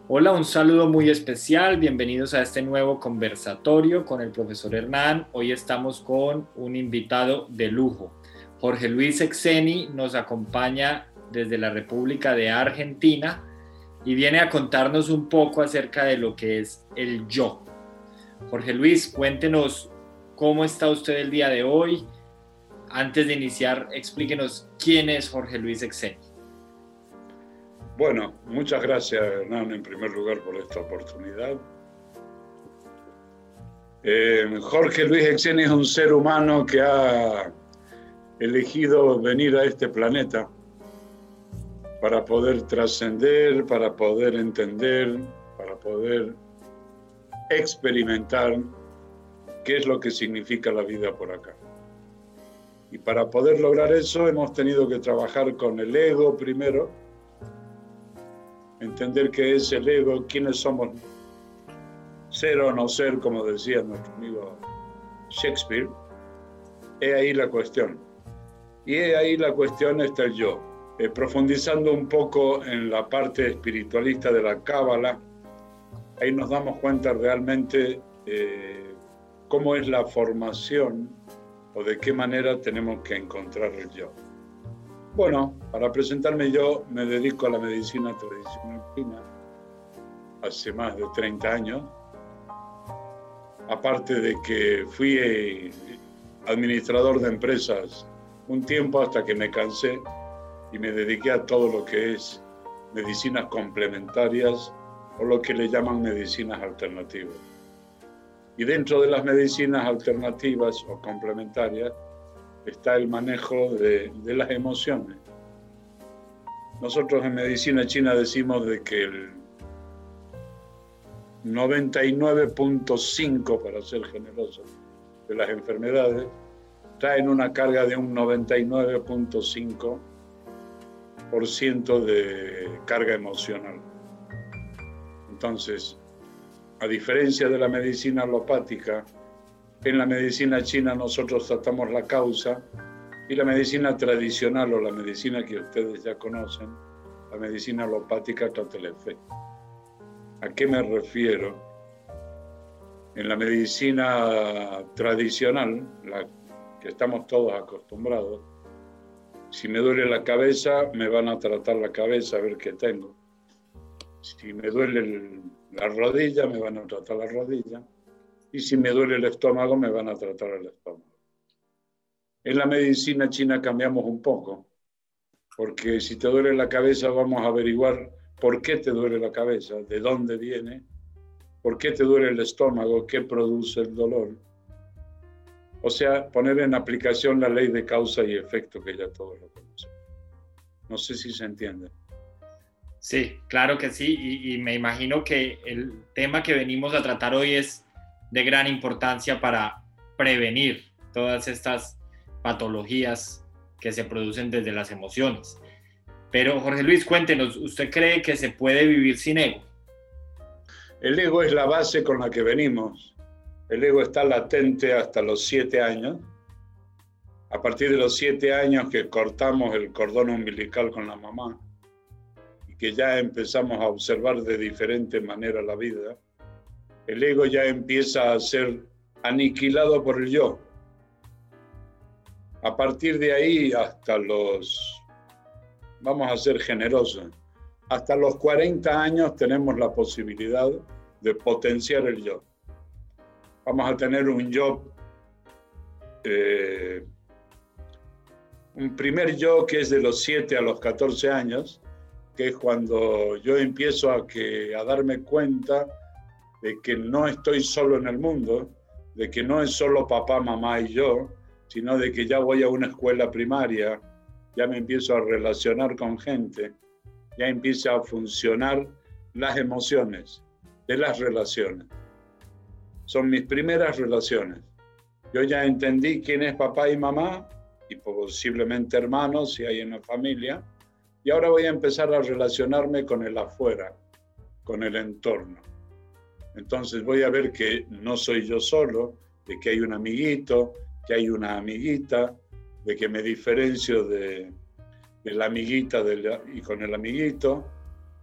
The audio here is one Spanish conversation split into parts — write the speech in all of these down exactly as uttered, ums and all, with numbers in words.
Hola, un saludo muy especial. Bienvenidos a este nuevo conversatorio con el profesor Hernán. Hoy estamos con un invitado de lujo. Jorge Luis Exeni nos acompaña desde la República de Argentina y viene a contarnos un poco acerca de lo que es el yo. Jorge Luis, cuéntenos cómo está usted el día de hoy. Antes de iniciar, explíquenos quién es Jorge Luis Exeni. Bueno, muchas gracias, Hernán, en primer lugar, por esta oportunidad. Eh, Jorge Luis Exeni es un ser humano que ha elegido venir a este planeta para poder trascender, para poder entender, para poder experimentar qué es lo que significa la vida por acá. Y para poder lograr eso hemos tenido que trabajar con el ego primero, entender qué es el ego, quiénes somos, ser o no ser, como decía nuestro amigo Shakespeare. He ahí la cuestión. Y he ahí la cuestión está el yo. Eh, profundizando un poco en la parte espiritualista de la Cábala, ahí nos damos cuenta realmente eh, cómo es la formación o de qué manera tenemos que encontrar el yo. Bueno, para presentarme, yo me dedico a la medicina tradicional china hace más de treinta años. Aparte de que fui administrador de empresas un tiempo hasta que me cansé y me dediqué a todo lo que es medicinas complementarias o lo que le llaman medicinas alternativas. Y dentro de las medicinas alternativas o complementarias está el manejo de, de las emociones. Nosotros en medicina china decimos de que el noventa y nueve punto cinco, para ser generoso, de las enfermedades traen una carga de un noventa y nueve punto cinco por ciento de carga emocional. Entonces, a diferencia de la medicina alopática, en la medicina china nosotros tratamos la causa y la medicina tradicional o la medicina que ustedes ya conocen, la medicina alopática, trata el efecto. ¿A qué me refiero? En la medicina tradicional, la que estamos todos acostumbrados, si me duele la cabeza, me van a tratar la cabeza a ver qué tengo. Si me duele el, la rodilla, me van a tratar la rodilla. Y si me duele el estómago, me van a tratar el estómago. En la medicina china cambiamos un poco, porque si te duele la cabeza, vamos a averiguar por qué te duele la cabeza, de dónde viene, por qué te duele el estómago, qué produce el dolor. O sea, poner en aplicación la ley de causa y efecto que ya todos lo conocen. No sé si se entiende. Sí, claro que sí, y, y me imagino que el tema que venimos a tratar hoy es de gran importancia para prevenir todas estas patologías que se producen desde las emociones. Pero Jorge Luis, cuéntenos, ¿usted cree que se puede vivir sin ego? El ego es la base con la que venimos. El ego está latente hasta los siete años. A partir de los siete años que cortamos el cordón umbilical con la mamá y que ya empezamos a observar de diferente manera la vida, el ego ya empieza a ser aniquilado por el yo. A partir de ahí hasta los, vamos a ser generosos, hasta los cuarenta años tenemos la posibilidad de potenciar el yo. Vamos a tener un yo, eh, un primer yo que es de los siete a los catorce años, que es cuando yo empiezo a, que, a darme cuenta de que no estoy solo en el mundo, de que no es solo papá, mamá y yo, sino de que ya voy a una escuela primaria, ya me empiezo a relacionar con gente, ya empieza a funcionar las emociones de las relaciones. Son mis primeras relaciones. Yo ya entendí quién es papá y mamá, y posiblemente hermanos si hay en la familia, y ahora voy a empezar a relacionarme con el afuera, con el entorno. Entonces voy a ver que no soy yo solo, de que hay un amiguito, que hay una amiguita, de que me diferencio de, de la amiguita de la, y con el amiguito,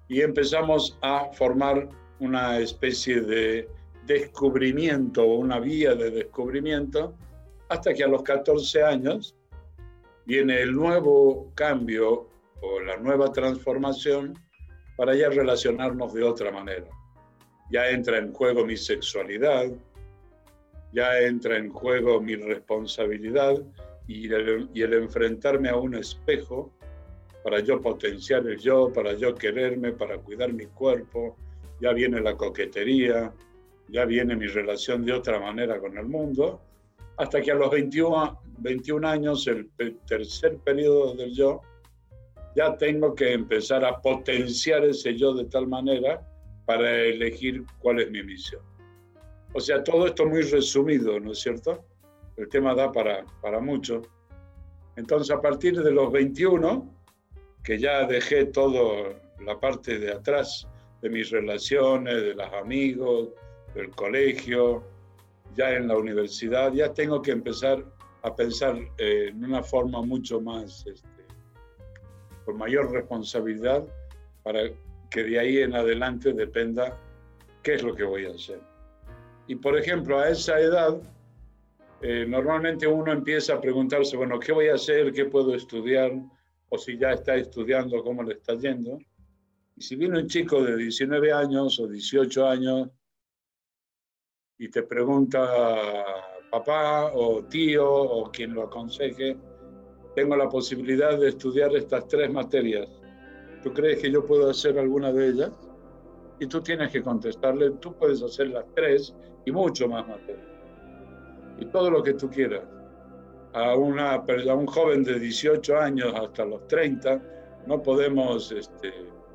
y empezamos a formar una especie de descubrimiento, una vía de descubrimiento, hasta que a los catorce años viene el nuevo cambio o la nueva transformación para ya relacionarnos de otra manera. Ya entra en juego mi sexualidad, ya entra en juego mi responsabilidad y el, y el enfrentarme a un espejo para yo potenciar el yo, para yo quererme, para cuidar mi cuerpo. Ya viene la coquetería, ya viene mi relación de otra manera con el mundo, hasta que a los veintiuno, veintiún años, el tercer periodo del yo, ya tengo que empezar a potenciar ese yo de tal manera para elegir cuál es mi misión. O sea, todo esto muy resumido, ¿no es cierto? El tema da para, para mucho. Entonces, a partir de los veintiuno, que ya dejé toda la parte de atrás de mis relaciones, de los amigos, del colegio, ya en la universidad, ya tengo que empezar a pensar eh, en una forma mucho más, este, con mayor responsabilidad, para que de ahí en adelante dependa qué es lo que voy a hacer. Y por ejemplo, a esa edad, eh, normalmente uno empieza a preguntarse, bueno, ¿qué voy a hacer? ¿Qué puedo estudiar? O si ya está estudiando, ¿cómo le está yendo? Y si viene un chico de diecinueve años o dieciocho años y te pregunta, papá o tío o quien lo aconseje, tengo la posibilidad de estudiar estas tres materias, ¿tú crees que yo puedo hacer alguna de ellas? Y tú tienes que contestarle, tú puedes hacer las tres y mucho más materias. Y todo lo que tú quieras. A, una, a un joven de dieciocho años hasta los treinta, no podemos, este,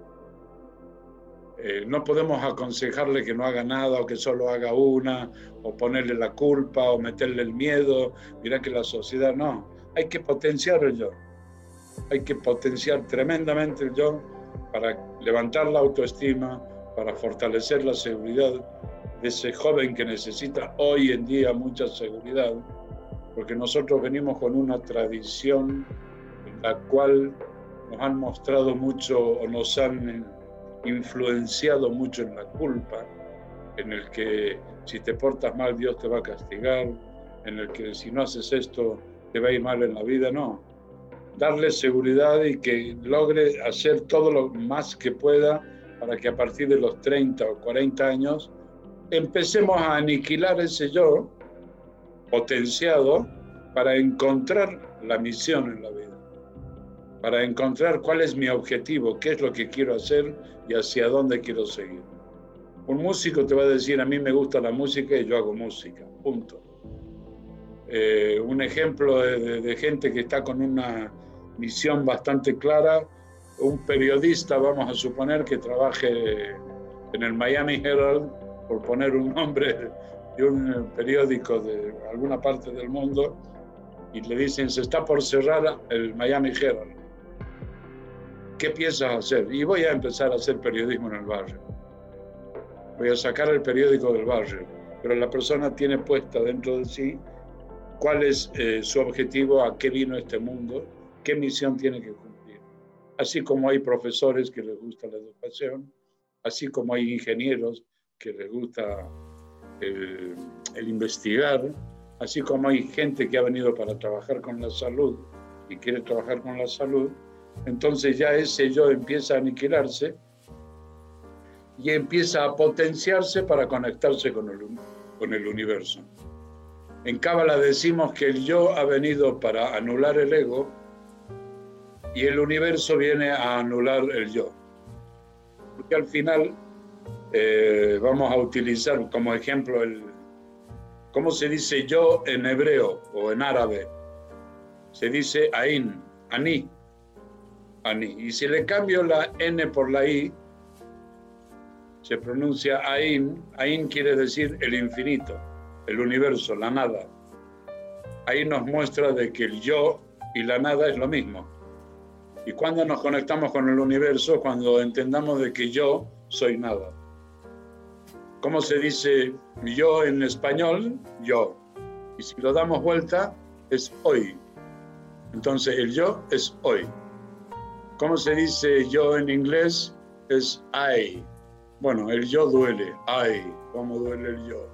eh, no podemos aconsejarle que no haga nada o que solo haga una, o ponerle la culpa o meterle el miedo. Mira que la sociedad, no. Hay que potenciar el yo. Hay que potenciar tremendamente el yo para levantar la autoestima, para fortalecer la seguridad de ese joven que necesita hoy en día mucha seguridad, porque nosotros venimos con una tradición en la cual nos han mostrado mucho o nos han influenciado mucho en la culpa, en el que si te portas mal Dios te va a castigar, en el que si no haces esto te va a ir mal en la vida. No, darle seguridad y que logre hacer todo lo más que pueda para que a partir de los treinta o cuarenta años empecemos a aniquilar ese yo potenciado para encontrar la misión en la vida, para encontrar cuál es mi objetivo, qué es lo que quiero hacer y hacia dónde quiero seguir. Un músico te va a decir, a mí me gusta la música y yo hago música, punto. Eh, un ejemplo de, de, de gente que está con una misión bastante clara, un periodista, vamos a suponer, que trabaje en el Miami Herald, por poner un nombre de un periódico de alguna parte del mundo, y le dicen, se está por cerrar el Miami Herald. ¿Qué piensas hacer? Y voy a empezar a hacer periodismo en el barrio. Voy a sacar el periódico del barrio. Pero la persona tiene puesta dentro de sí cuál es eh, su objetivo, a qué vino este mundo, qué misión tiene que cumplir. Así como hay profesores que les gusta la educación, así como hay ingenieros que les gusta el, el investigar, así como hay gente que ha venido para trabajar con la salud y quiere trabajar con la salud, entonces ya ese yo empieza a aniquilarse y empieza a potenciarse para conectarse con el, con el universo. En Cábala decimos que el yo ha venido para anular el ego y el universo viene a anular el yo. Porque al final eh, vamos a utilizar como ejemplo el ¿cómo se dice yo en hebreo o en árabe? Se dice Ain, Ani, Ani. Y si le cambio la N por la I, se pronuncia Ain. Ain quiere decir el infinito, el universo, la nada. Ahí nos muestra de que el yo y la nada es lo mismo. Y cuando nos conectamos con el universo, cuando entendamos de que yo soy nada. ¿Cómo se dice yo en español? Yo. Y si lo damos vuelta, es hoy. Entonces el yo es hoy. ¿Cómo se dice yo en inglés? es ay. Bueno, el yo duele, ay, cómo duele el yo.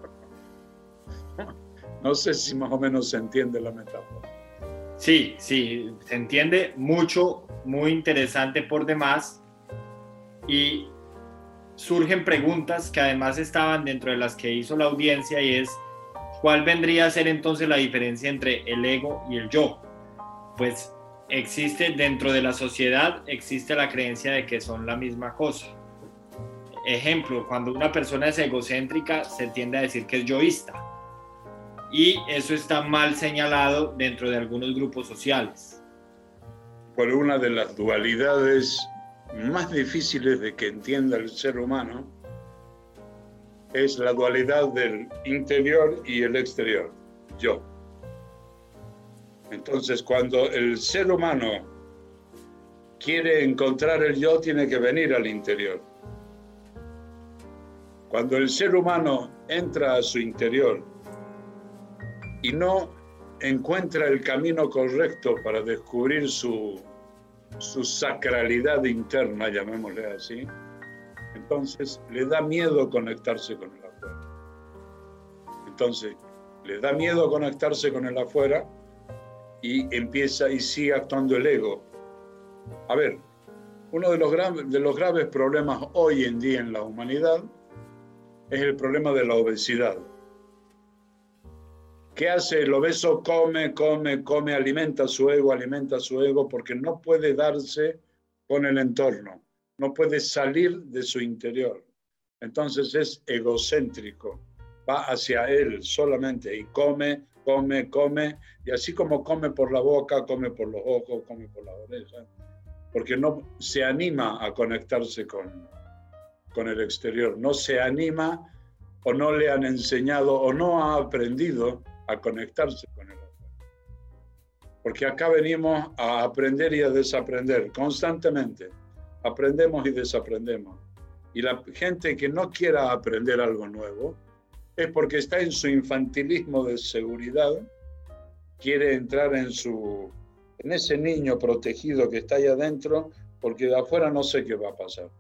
No sé si más o menos se entiende la metáfora. Sí, sí, se entiende mucho, muy interesante por demás, y surgen preguntas que además estaban dentro de las que hizo la audiencia, y es, ¿cuál vendría a ser entonces la diferencia entre el ego y el yo? Pues existe dentro de la sociedad, existe la creencia de que son la misma cosa. Ejemplo, cuando una persona es egocéntrica, se tiende a decir que es yoísta. Y eso está mal señalado dentro de algunos grupos sociales. Por una de las dualidades más difíciles de que entienda el ser humano es la dualidad del interior y el exterior, yo. Entonces, cuando el ser humano quiere encontrar el yo, tiene que venir al interior. Cuando el ser humano entra a su interior y no encuentra el camino correcto para descubrir su, su sacralidad interna, llamémosle así, entonces le da miedo conectarse con el afuera. Entonces, le da miedo conectarse con el afuera y empieza y sigue actuando el ego. A ver, uno de los, gra- de los graves problemas hoy en día en la humanidad es el problema de la obesidad. ¿Qué hace el obeso? Come, come, come, alimenta su ego, alimenta su ego, porque no puede darse con el entorno, no puede salir de su interior. Entonces es egocéntrico, va hacia él solamente y come, come, come, y así como come por la boca, come por los ojos, come por las orejas, porque no se anima a conectarse con, con el exterior, no se anima o no le han enseñado o no ha aprendido a conectarse con el afuera. Porque acá venimos a aprender y a desaprender constantemente. Aprendemos y desaprendemos. Y la gente que no quiera aprender algo nuevo es porque está en su infantilismo de seguridad, quiere entrar en, su, en ese niño protegido que está ahí adentro, porque de afuera no sé qué va a pasar.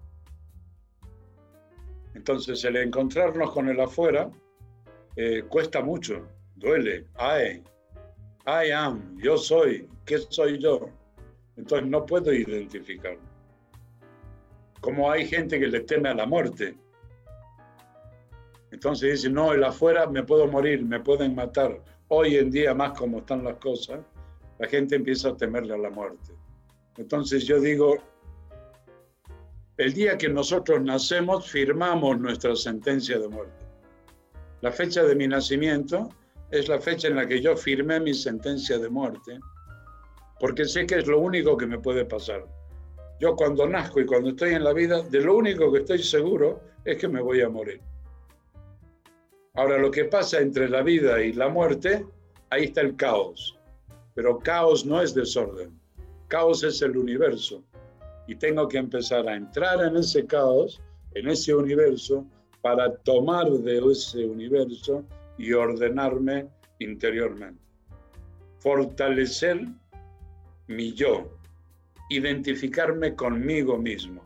Entonces el encontrarnos con el afuera eh, cuesta mucho. Duele, I, I am, yo soy, ¿qué soy yo? Entonces no puedo identificarme. Como hay gente que le teme a la muerte. Entonces dice, no, el afuera me puedo morir, me pueden matar. Hoy en día, más como están las cosas, la gente empieza a temerle a la muerte. Entonces yo digo, el día que nosotros nacemos, firmamos nuestra sentencia de muerte. La fecha de mi nacimiento es la fecha en la que yo firmé mi sentencia de muerte, porque sé que es lo único que me puede pasar. Yo cuando nazco y cuando estoy en la vida, de lo único que estoy seguro es que me voy a morir. Ahora, lo que pasa entre la vida y la muerte, ahí está el caos. Pero caos no es desorden. Caos es el universo. Y tengo que empezar a entrar en ese caos, en ese universo, para tomar de ese universo y ordenarme interiormente. Fortalecer mi yo, identificarme conmigo mismo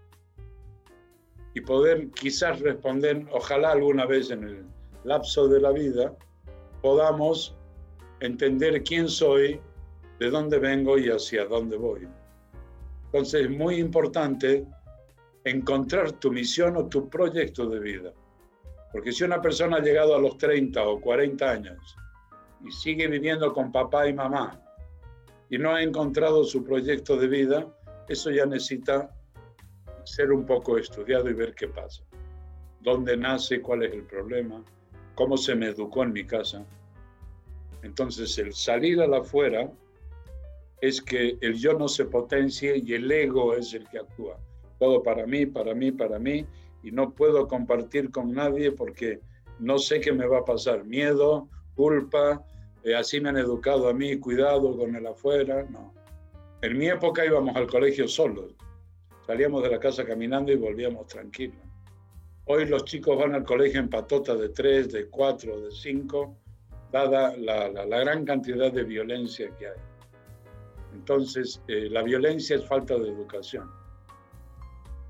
y poder quizás responder, ojalá alguna vez en el lapso de la vida podamos entender quién soy, de dónde vengo y hacia dónde voy. Entonces es muy importante encontrar tu misión o tu proyecto de vida. Porque si una persona ha llegado a los treinta o cuarenta años y sigue viviendo con papá y mamá y no ha encontrado su proyecto de vida, eso ya necesita ser un poco estudiado y ver qué pasa. ¿Dónde nace? ¿Cuál es el problema? ¿Cómo se me educó en mi casa? Entonces el salir a la afuera es que el yo no se potencie y el ego es el que actúa. Todo para mí, para mí, para mí, y no puedo compartir con nadie porque no sé qué me va a pasar. Miedo, culpa, eh, así me han educado a mí, cuidado con el afuera, no. En mi época íbamos al colegio solos, salíamos de la casa caminando y volvíamos tranquilos. Hoy los chicos van al colegio en patotas de tres, de cuatro, de cinco, dada la, la, la gran cantidad de violencia que hay. Entonces, eh, la violencia es falta de educación.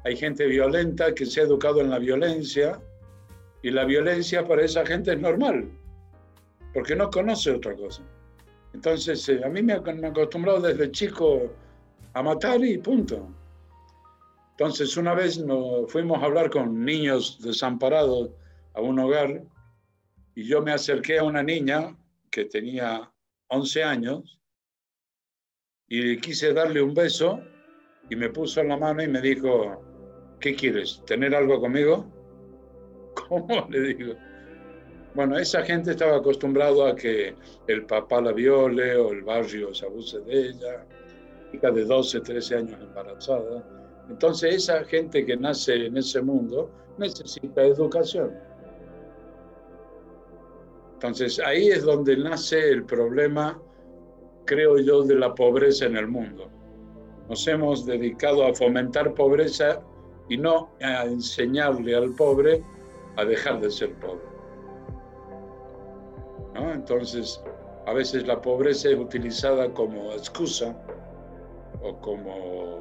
hay gente violenta que se ha educado en la violencia y la violencia para esa gente es normal, porque no conoce otra cosa. Entonces, eh, a mí me han acostumbrado desde chico a matar y punto. Entonces, una vez nos fuimos a hablar con niños desamparados a un hogar y yo me acerqué a una niña que tenía once años y quise darle un beso y me puso en la mano y me dijo, ¿qué quieres? ¿Tener algo conmigo? ¿Cómo? Le digo. Bueno, esa gente estaba acostumbrado a que el papá la viole o el barrio se abuse de ella, chica de doce, trece años embarazada. Entonces esa gente que nace en ese mundo necesita educación. Entonces ahí es donde nace el problema, creo yo, de la pobreza en el mundo. Nos hemos dedicado a fomentar pobreza y no a enseñarle al pobre a dejar de ser pobre, ¿no? Entonces, a veces la pobreza es utilizada como excusa o como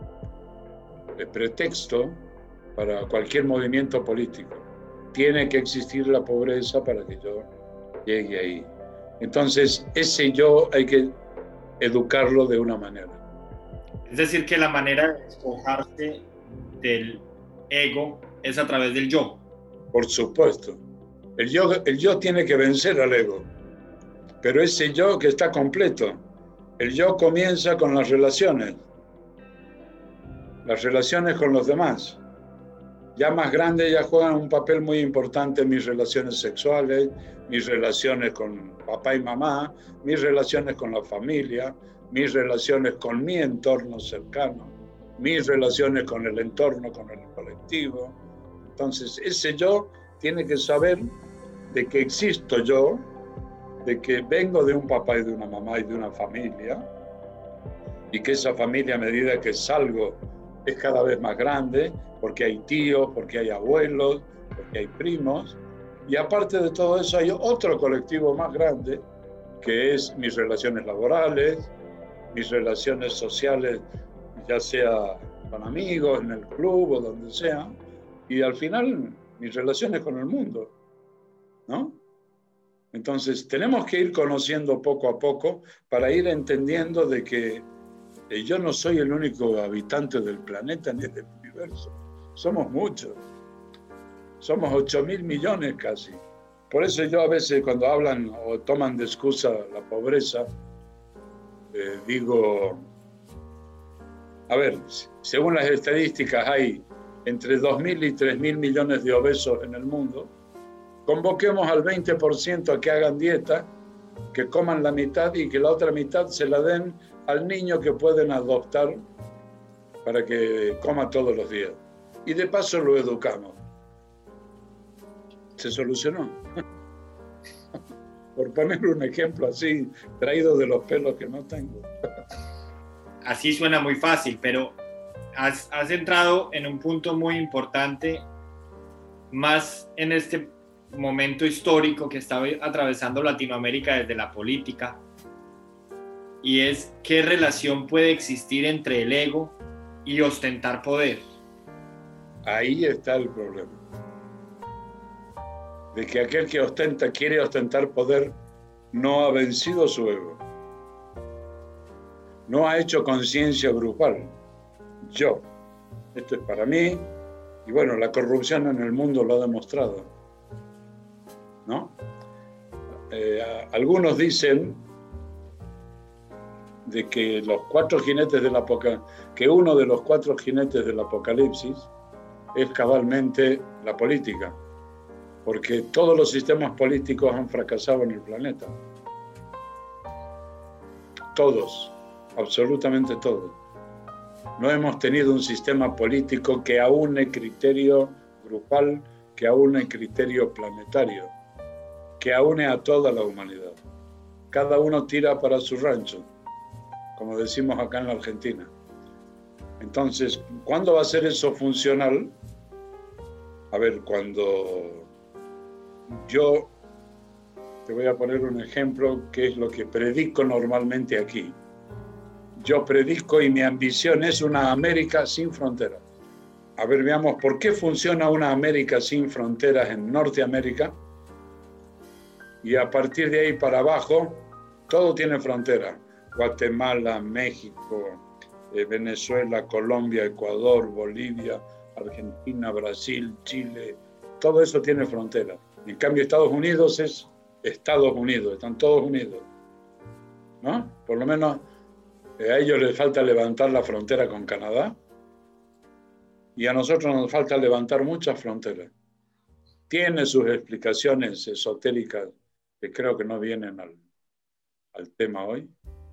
pretexto para cualquier movimiento político. Tiene que existir la pobreza para que yo llegue ahí. Entonces, ese yo hay que educarlo de una manera. Es decir, que la manera de despojarse del ego es a través del yo. Por supuesto. El yo, el yo tiene que vencer al ego, pero ese yo que está completo. El yo comienza con las relaciones, las relaciones con los demás. Ya más grande ya juegan un papel muy importante en mis relaciones sexuales, mis relaciones con papá y mamá, mis relaciones con la familia, mis relaciones con mi entorno cercano, mis relaciones con el entorno, con el colectivo. Entonces, ese yo tiene que saber de que existo yo, de que vengo de un papá y de una mamá y de una familia, y que esa familia a medida que salgo es cada vez más grande, porque hay tíos, porque hay abuelos, porque hay primos, y aparte de todo eso hay otro colectivo más grande, que es mis relaciones laborales, mis relaciones sociales, ya sea con amigos, en el club o donde sea, y al final mis relaciones con el mundo, ¿no? Entonces tenemos que ir conociendo poco a poco para ir entendiendo de que yo no soy el único habitante del planeta ni del universo. Somos muchos. Somos ocho mil millones casi. Por eso yo a veces cuando hablan o toman de excusa la pobreza, eh, digo, a ver, según las estadísticas hay entre dos mil y tres mil millones de obesos en el mundo. Convoquemos al veinte por ciento a que hagan dieta, que coman la mitad y que la otra mitad se la den al niño que pueden adoptar para que coma todos los días. Y de paso lo educamos. Se solucionó. Por poner un ejemplo así, traído de los pelos que no tengo. Así suena muy fácil, pero has, has entrado en un punto muy importante, más en este momento histórico que está atravesando Latinoamérica desde la política, y es qué relación puede existir entre el ego y ostentar poder. Ahí está el problema. De que aquel que ostenta, quiere ostentar poder, no ha vencido su ego. No ha hecho conciencia grupal. Yo. Esto es para mí. Y bueno, la corrupción en el mundo lo ha demostrado, ¿no? Eh, algunos dicen de que los cuatro jinetes del apocalipsis, que uno de los cuatro jinetes del apocalipsis es cabalmente la política, porque todos los sistemas políticos han fracasado en el planeta. Todos, absolutamente todos. No hemos tenido un sistema político que aúne criterio grupal, que aúne criterio planetario, que aúne a toda la humanidad. Cada uno tira para su rancho, como decimos acá en la Argentina. Entonces, ¿cuándo va a ser eso funcional? A ver, cuando yo te voy a poner un ejemplo que es lo que predico normalmente aquí. Yo predico y mi ambición es una América sin fronteras. a ver, veamos, ¿por qué funciona una América sin fronteras en Norteamérica? Y a partir de ahí para abajo, todo tiene frontera. Guatemala, México, eh, Venezuela, Colombia, Ecuador, Bolivia, Argentina, Brasil, Chile, todo eso tiene frontera. En cambio, Estados Unidos es Estados Unidos, están todos unidos, ¿no? Por lo menos eh, a ellos les falta levantar la frontera con Canadá y a nosotros nos falta levantar muchas fronteras. Tiene sus explicaciones esotéricas que creo que no vienen al, al tema hoy,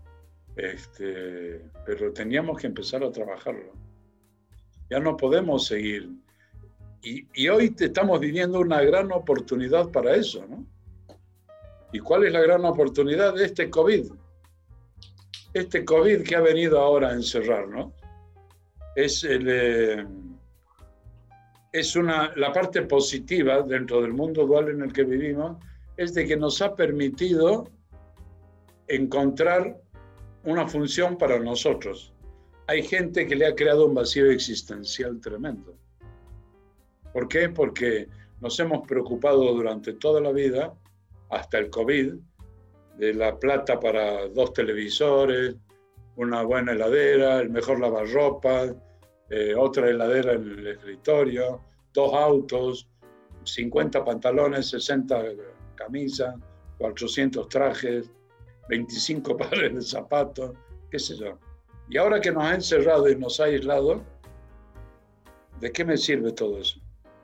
este, pero teníamos que empezar a trabajarlo. Ya no podemos seguir. Y, y hoy estamos viviendo una gran oportunidad para eso, ¿no? ¿Y cuál es la gran oportunidad de este COVID? Este COVID que ha venido ahora a encerrarnos es, el, eh, es una, la parte positiva dentro del mundo dual en el que vivimos, es de que nos ha permitido encontrar una función para nosotros. Hay gente que le ha creado un vacío existencial tremendo. ¿Por qué? Porque nos hemos preocupado durante toda la vida, hasta el COVID, de la plata para dos televisores, una buena heladera, el mejor lavarropas, eh, otra heladera en el escritorio, dos autos, cincuenta pantalones, sesenta camisas, cuatrocientos trajes, veinticinco pares de zapatos, qué sé yo. Y ahora que nos ha encerrado y nos ha aislado, ¿de qué me sirve todo eso?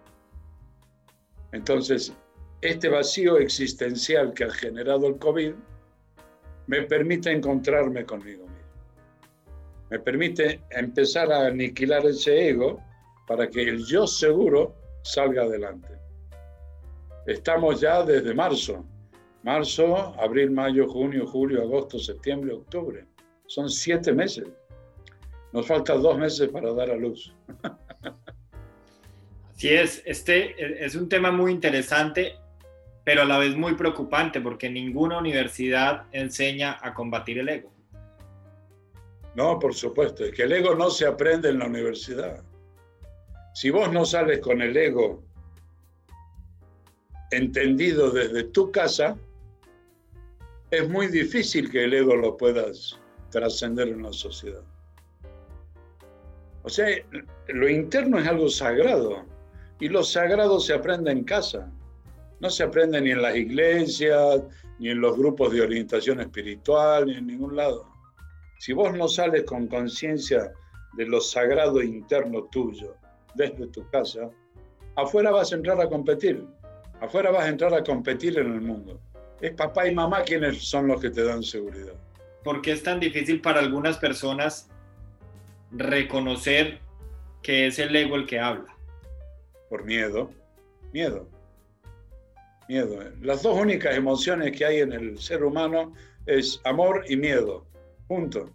Entonces, este vacío existencial que ha generado el COVID me permite encontrarme conmigo mismo. Me permite empezar a aniquilar ese ego para que el yo seguro salga adelante. Estamos ya desde marzo. Marzo, abril, mayo, junio, julio, agosto, septiembre, octubre. Son siete meses. Nos faltan dos meses para dar a luz. Así es, este es un tema muy interesante, pero a la vez muy preocupante, porque ninguna universidad enseña a combatir el ego. No, por supuesto, es que el ego no se aprende en la universidad. Si vos no sales con el ego entendido desde tu casa, es muy difícil que el ego lo puedas trascender en la sociedad. O sea, lo interno es algo sagrado, y lo sagrado se aprende en casa. No se aprende ni en las iglesias, ni en los grupos de orientación espiritual, ni en ningún lado. Si vos no sales con conciencia de lo sagrado interno tuyo, desde tu casa, afuera vas a entrar a competir. Afuera vas a entrar a competir en el mundo. Es papá y mamá quienes son los que te dan seguridad. ¿Por qué es tan difícil para algunas personas reconocer que es el ego el que habla? Por miedo. Miedo. Miedo. Las dos únicas emociones que hay en el ser humano es amor y miedo. Punto.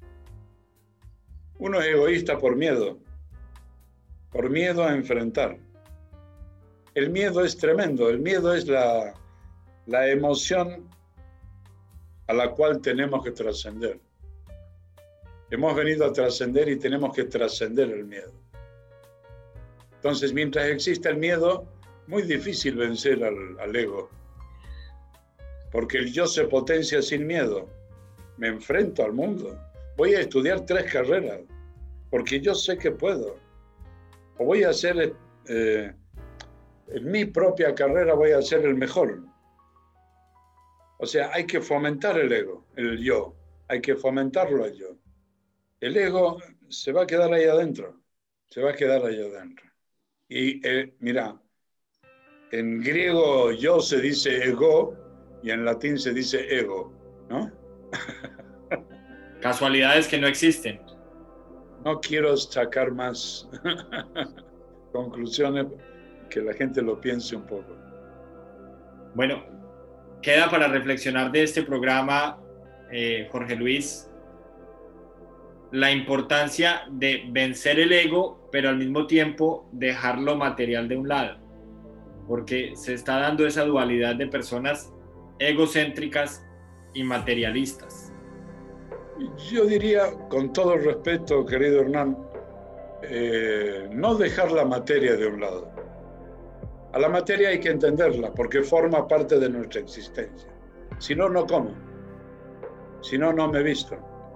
Uno es egoísta por miedo. Por miedo a enfrentar. El miedo es tremendo. El miedo es la, la emoción a la cual tenemos que trascender. Hemos venido a trascender y tenemos que trascender el miedo. Entonces, mientras exista el miedo, muy difícil vencer al, al ego. Porque el yo se potencia sin miedo. Me enfrento al mundo. Voy a estudiar tres carreras, porque yo sé que puedo. O voy a hacer, eh, en mi propia carrera voy a ser el mejor. O sea, hay que fomentar el ego, el yo. Hay que fomentarlo al yo. El ego se va a quedar ahí adentro. Se va a quedar ahí adentro. Y eh, mira, en griego yo se dice ego y en latín se dice ego, ¿no? Casualidades que no existen. No quiero sacar más conclusiones, que la gente lo piense un poco. Bueno, queda para reflexionar de este programa, eh, Jorge Luis, la importancia de vencer el ego, pero al mismo tiempo dejar lo material de un lado, porque se está dando esa dualidad de personas egocéntricas y materialistas. Yo diría, con todo el respeto, querido Hernán, eh, no dejar la materia de un lado. A la materia hay que entenderla porque forma parte de nuestra existencia. Si no, no como. Si no, no me visto.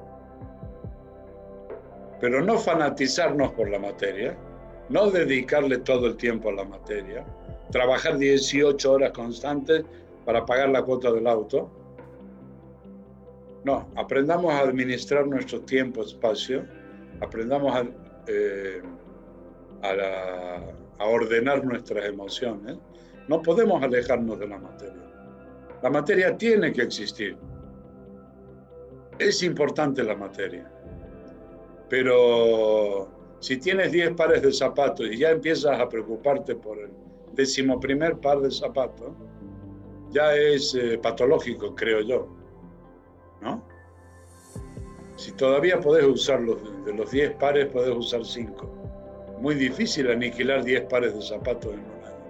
Pero no fanatizarnos por la materia, no dedicarle todo el tiempo a la materia, trabajar dieciocho horas constantes para pagar la cuota del auto. No, aprendamos a administrar nuestro tiempo, espacio, aprendamos a, eh, a, la, a ordenar nuestras emociones. No podemos alejarnos de la materia. La materia tiene que existir. Es importante la materia. Pero si tienes diez pares de zapatos y ya empiezas a preocuparte por el decimoprimer par de zapatos, ya es eh, patológico, creo yo, ¿no? Si todavía podés usar los, de los diez pares, podés usar cinco. Muy difícil aniquilar diez pares de zapatos en un año.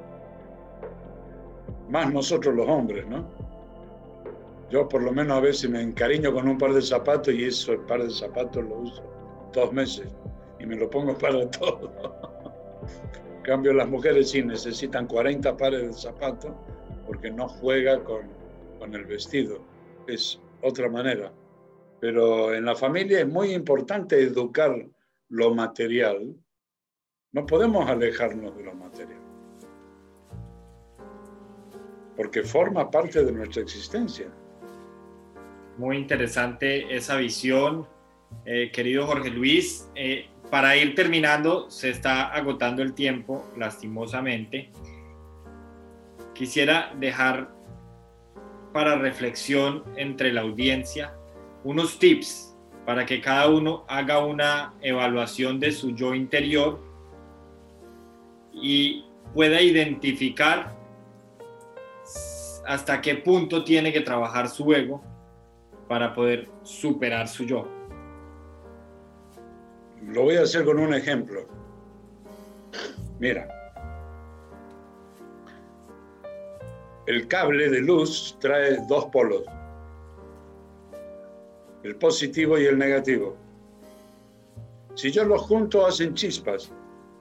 Más nosotros los hombres, ¿no? Yo por lo menos a veces me encariño con un par de zapatos y eso, el par de zapatos lo uso dos meses y me lo pongo para todo. En cambio, las mujeres sí necesitan cuarenta pares de zapatos porque no juega con, con el vestido. Es otra manera. Pero en la familia es muy importante educar lo material. No podemos alejarnos de lo material. Porque forma parte de nuestra existencia. Muy interesante esa visión, eh, querido Jorge Luis. Eh, para ir terminando, se está agotando el tiempo, lastimosamente. Quisiera dejar para reflexión entre la audiencia unos tips para que cada uno haga una evaluación de su yo interior y pueda identificar hasta qué punto tiene que trabajar su ego para poder superar su yo. Lo voy a hacer con un ejemplo. Mira, el cable de luz trae dos polos, el positivo y el negativo. Si yo los junto, hacen chispas,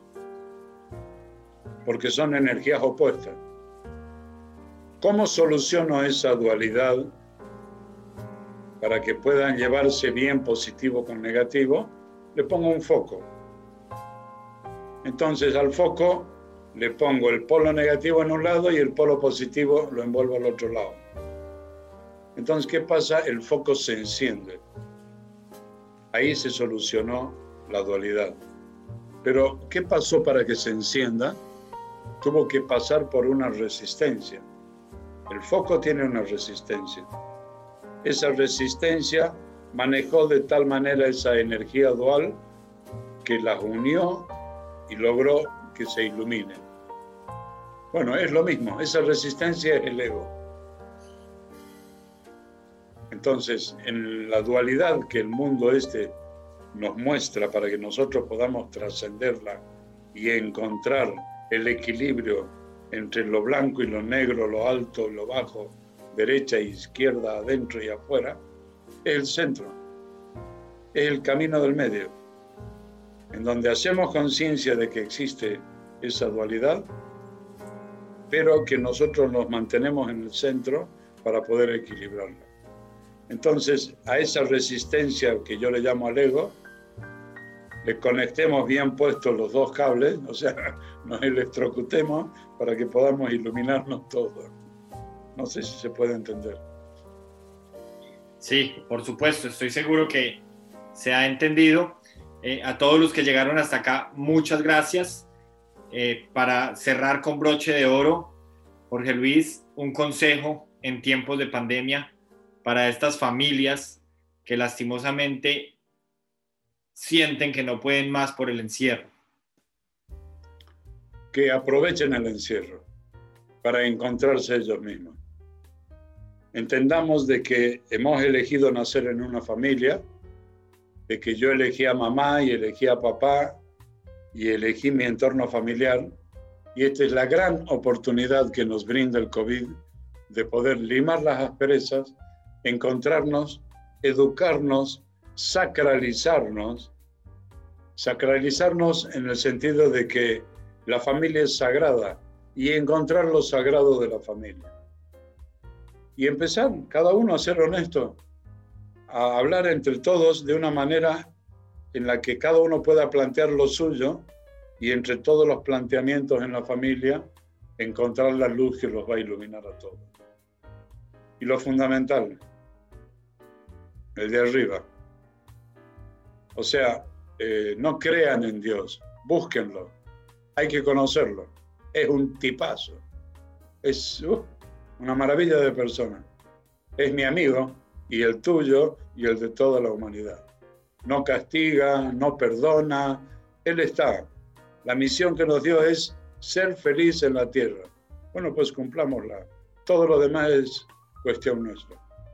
porque son energías opuestas. ¿Cómo soluciono esa dualidad para que puedan llevarse bien positivo con negativo? Le pongo un foco. Entonces al foco le pongo el polo negativo en un lado y el polo positivo lo envuelvo al otro lado. Entonces, ¿qué pasa? El foco se enciende. Ahí se solucionó la dualidad. Pero, ¿qué pasó para que se encienda? Tuvo que pasar por una resistencia. El foco tiene una resistencia. Esa resistencia manejó de tal manera esa energía dual que las unió y logró que se ilumine. Bueno, es lo mismo. Esa resistencia es el ego. Entonces, en la dualidad que el mundo este nos muestra para que nosotros podamos trascenderla y encontrar el equilibrio entre lo blanco y lo negro, lo alto y lo bajo, derecha e izquierda, adentro y afuera, es el centro, es el camino del medio, en donde hacemos conciencia de que existe esa dualidad, pero que nosotros nos mantenemos en el centro para poder equilibrarla. Entonces, a esa resistencia que yo le llamo al ego, le conectemos bien puestos los dos cables, o sea, nos electrocutemos para que podamos iluminarnos todos. No sé si se puede entender. Sí, por supuesto, estoy seguro que se ha entendido. Eh, a todos los que llegaron hasta acá, muchas gracias. Eh, para cerrar con broche de oro, Jorge Luis, un consejo en tiempos de pandemia para estas familias que lastimosamente sienten que no pueden más por el encierro. Que aprovechen el encierro para encontrarse ellos mismos. Entendamos de que hemos elegido nacer en una familia, de que yo elegí a mamá y elegí a papá y elegí mi entorno familiar, y esta es la gran oportunidad que nos brinda el COVID de poder limar las asperezas, encontrarnos, educarnos, sacralizarnos, Sacralizarnos en el sentido de que la familia es sagrada y encontrar lo sagrado de la familia. Y empezar cada uno a ser honesto, a hablar entre todos de una manera en la que cada uno pueda plantear lo suyo y entre todos los planteamientos en la familia encontrar la luz que los va a iluminar a todos. Y lo fundamental, el de arriba. O sea, eh, no crean en Dios, búsquenlo, hay que conocerlo. Es un tipazo, es uh, una maravilla de persona. Es mi amigo y el tuyo y el de toda la humanidad. No castiga, no perdona, Él está. La misión que nos dio es ser feliz en la tierra. Bueno, pues cumplámosla. Todo lo demás es cuestión nuestra.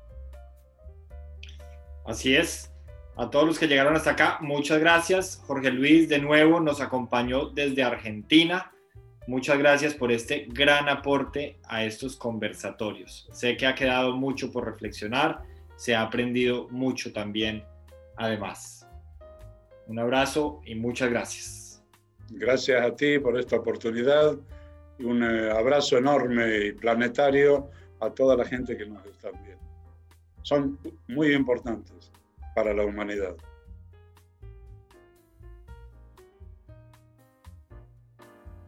Así es. A todos los que llegaron hasta acá, muchas gracias. Jorge Luis, de nuevo, nos acompañó desde Argentina. Muchas gracias por este gran aporte a estos conversatorios. Sé que ha quedado mucho por reflexionar, se ha aprendido mucho también, además. Un abrazo y muchas gracias. Gracias a ti por esta oportunidad y un abrazo enorme y planetario a toda la gente que nos está viendo. Son muy importantes para la humanidad.